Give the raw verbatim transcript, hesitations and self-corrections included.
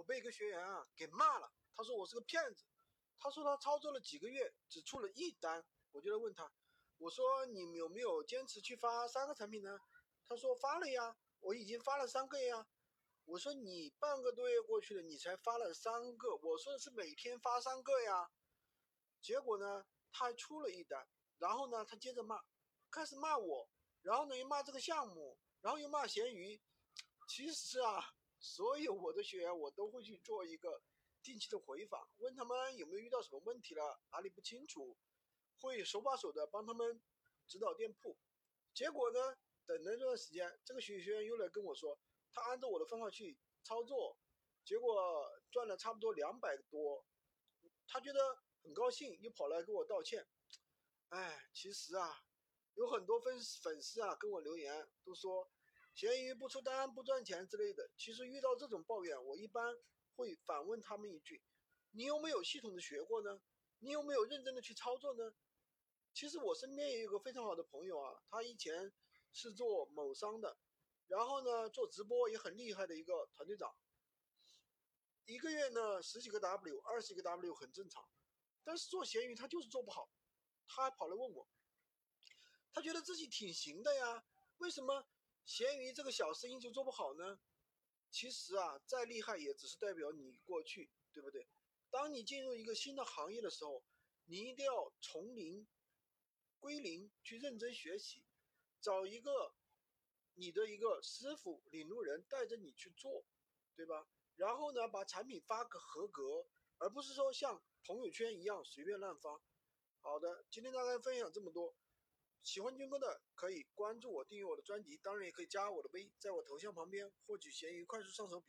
我被一个学员啊给骂了，他说我是个骗子，他说他操作了几个月只出了一单，我就来问他，我说你有没有坚持去发三个产品呢？他说发了呀，我已经发了三个呀。我说你半个多月过去了，你才发了三个，我说的是每天发三个呀。结果呢，他还出了一单，然后呢，他接着骂，开始骂我，然后呢又骂这个项目，然后又骂闲鱼。其实啊，所有我的学员我都会去做一个定期的回访，问他们有没有遇到什么问题了，哪里不清楚，会手把手的帮他们指导店铺。结果呢，等了这段时间，这个学员又来跟我说，他按照我的方法去操作，结果赚了差不多两百多，他觉得很高兴，又跑来跟我道歉。哎，其实啊，有很多粉粉丝啊跟我留言，都说闲鱼不出单不赚钱之类的。其实遇到这种抱怨，我一般会反问他们一句：你有没有系统的学过呢？你有没有认真的去操作呢？其实我身边也有个非常好的朋友啊，他以前是做某商的，然后呢做直播也很厉害的一个团队长，一个月呢十几个 W、二十个 W 很正常，但是做闲鱼他就是做不好，他还跑来问我，他觉得自己挺行的呀，为什么闲鱼这个小生意就做不好呢？其实啊，再厉害也只是代表你过去，对不对？当你进入一个新的行业的时候，你一定要从零归零去认真学习，找一个你的一个师傅领路人带着你去做，对吧？然后呢，把产品发个合格，而不是说像朋友圈一样随便乱发。好的，今天大概分享这么多。喜欢军哥的可以关注我，订阅我的专辑，当然也可以加我的微，在我头像旁边获取闲鱼快速上手笔。